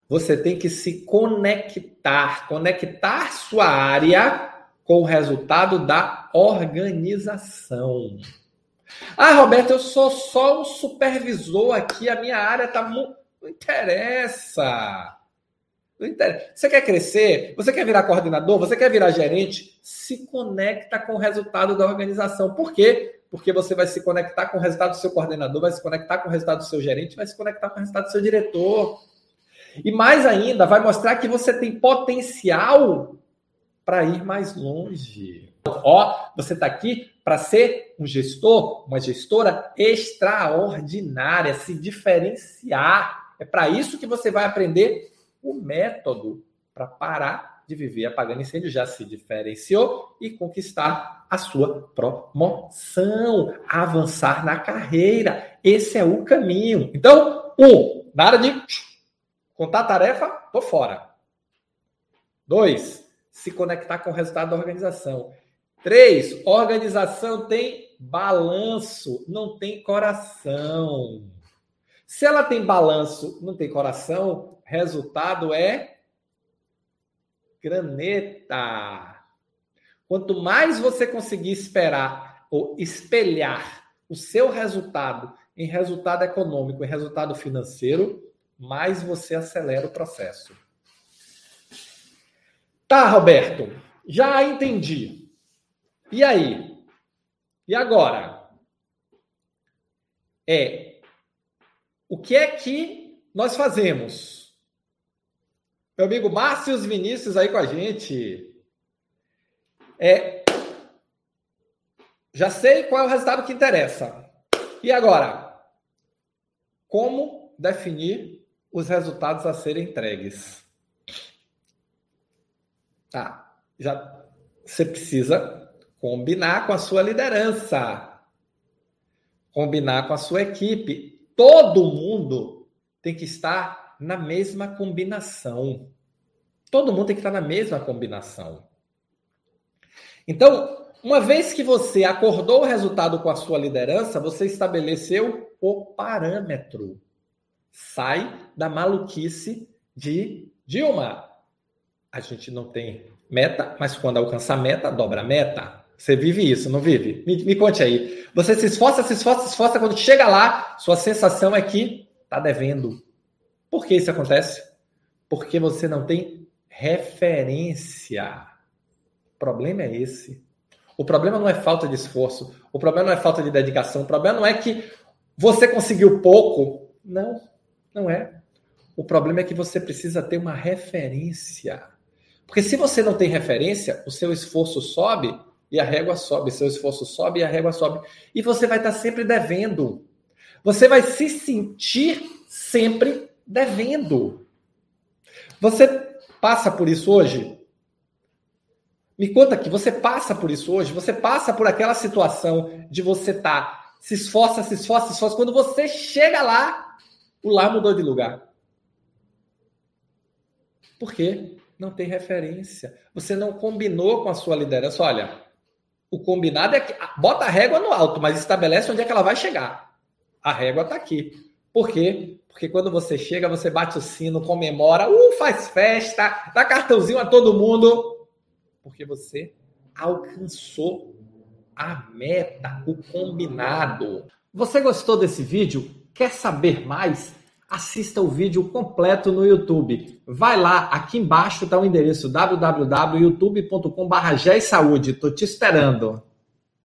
Você tem que se conectar sua área com o resultado da organização. Ah, Roberto, eu sou só um supervisor aqui, a minha área tá muito... Não interessa. Não interessa. Você quer crescer? Você quer virar coordenador? Você quer virar gerente? Se conecta com o resultado da organização. Por quê? Porque você vai se conectar com o resultado do seu coordenador, vai se conectar com o resultado do seu gerente, vai se conectar com o resultado do seu diretor. E mais ainda, vai mostrar que você tem potencial para ir mais longe. Ó, você está aqui para ser um gestor, uma gestora extraordinária, se diferenciar. É para isso que você vai aprender o método para parar de viver apagando incêndio. Já se diferenciou e conquistar a sua promoção, avançar na carreira. Esse é o caminho. Então, na área de contar tarefa, tô fora. 2, se conectar com o resultado da organização. 3, organização tem balanço, não tem coração. Se ela tem balanço, não tem coração, resultado é graneta. Quanto mais você conseguir esperar ou espelhar o seu resultado em resultado econômico, em resultado financeiro, mais você acelera o processo. Tá, Roberto, já entendi. E aí? E agora? O que é que nós fazemos? Meu amigo Márcio Vinícius aí com a gente. Já sei qual é o resultado que interessa. E agora? Como definir os resultados a serem entregues? Tá, você precisa combinar com a sua liderança, combinar com a sua equipe. Todo mundo tem que estar na mesma combinação. Todo mundo tem que estar na mesma combinação. Então, uma vez que você acordou o resultado com a sua liderança, você estabeleceu o parâmetro. Sai da maluquice de Dilma. A gente não tem meta, mas quando alcança a meta, dobra a meta. Você vive isso, não vive? Me conte aí. Você se esforça, quando chega lá, sua sensação é que está devendo. Por que isso acontece? Porque você não tem referência. O problema é esse. O problema não é falta de esforço, o problema não é falta de dedicação, o problema não é que você conseguiu pouco. Não, não é. O problema é que você precisa ter uma referência. Porque se você não tem referência, o seu esforço sobe e a régua sobe. Seu esforço sobe e a régua sobe. E você vai estar sempre devendo. Você vai se sentir sempre devendo. Você passa por isso hoje? Me conta aqui, você passa por isso hoje? Você passa por aquela situação de você estar, se esforça. Quando você chega lá, o lá mudou de lugar. Por quê? Não tem referência. Você não combinou com a sua liderança. Olha, o combinado é que bota a régua no alto, mas estabelece onde é que ela vai chegar. A régua está aqui. Por quê? Porque quando você chega, você bate o sino, comemora, faz festa, dá cartãozinho a todo mundo. Porque você alcançou a meta, o combinado. Você gostou desse vídeo? Quer saber mais? Assista o vídeo completo no YouTube. Vai lá, aqui embaixo está o endereço www.youtube.com/gesaude. Estou te esperando.